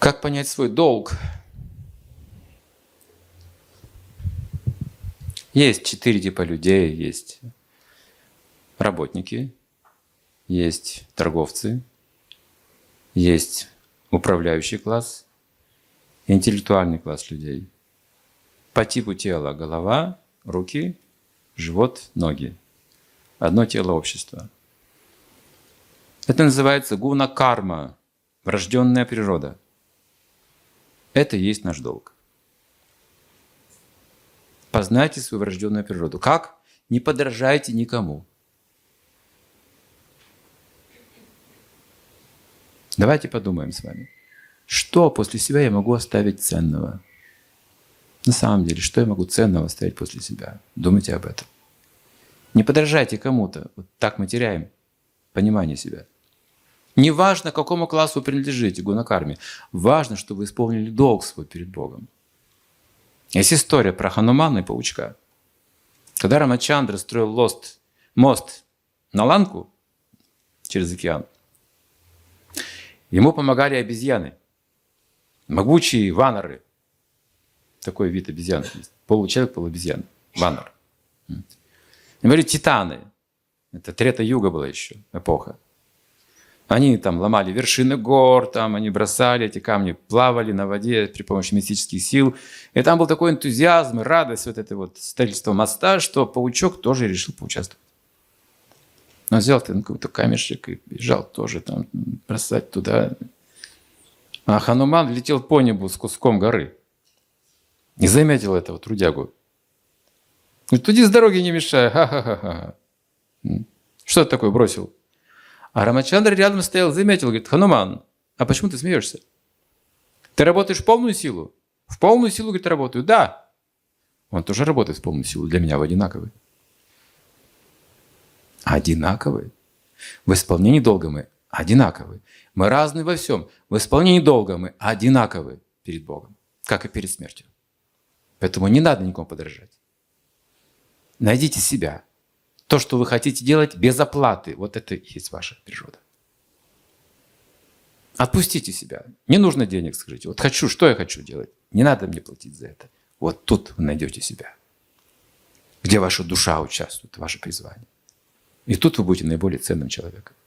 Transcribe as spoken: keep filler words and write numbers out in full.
Как понять свой долг? Есть четыре типа людей. Есть работники, есть торговцы, есть управляющий класс, интеллектуальный класс людей. По типу тела голова, руки, живот, ноги. Одно тело общества. Это называется гуна-карма, врожденная природа. Это и есть наш долг. Познайте свою врожденную природу. Как? Не подражайте никому. Давайте подумаем с вами. Что после себя я могу оставить ценного? На самом деле, что я могу ценного оставить после себя? Думайте об этом. Не подражайте кому-то. Вот так мы теряем понимание себя. Неважно, к какому классу вы принадлежите, гуна-карме. Важно, чтобы вы исполнили долг свой перед Богом. Есть история про Ханумана и паучка. Когда Рамачандра строил лост, мост на Ланку через океан, ему помогали обезьяны. Могучие ванары. Такой вид обезьян. Получеловек, полуобезьян. Ванар. И говорит, титаны. Это Трета-юга была еще, эпоха. Они там ломали вершины гор, там они бросали эти камни, плавали на воде при помощи мистических сил. И там был такой энтузиазм и радость вот это вот строительство моста, что паучок тоже решил поучаствовать. Он взял там какой-то камешек и бежал тоже там бросать туда. А Хануман летел по небу с куском горы. И заметил этого трудягу. Говорит, туди с дороги не мешай. Ха-ха-ха. Что ты такое бросил? А Рамачандра рядом стоял, заметил, говорит, Хануман, а почему ты смеешься? Ты работаешь в полную силу? В полную силу, говорит, работаю. Да. Он тоже работает в полную силу. Для меня вы одинаковы. Одинаковы. В исполнении долга мы одинаковы. Мы разные во всем. В исполнении долга мы одинаковы перед Богом, как и перед смертью. Поэтому не надо никому подражать. Найдите себя. То, что вы хотите делать без оплаты, вот это и есть ваша природа. Отпустите себя. Не нужно денег, скажите. Вот хочу, что я хочу делать? Не надо мне платить за это. Вот тут вы найдете себя. Где ваша душа участвует, ваше призвание. И тут вы будете наиболее ценным человеком.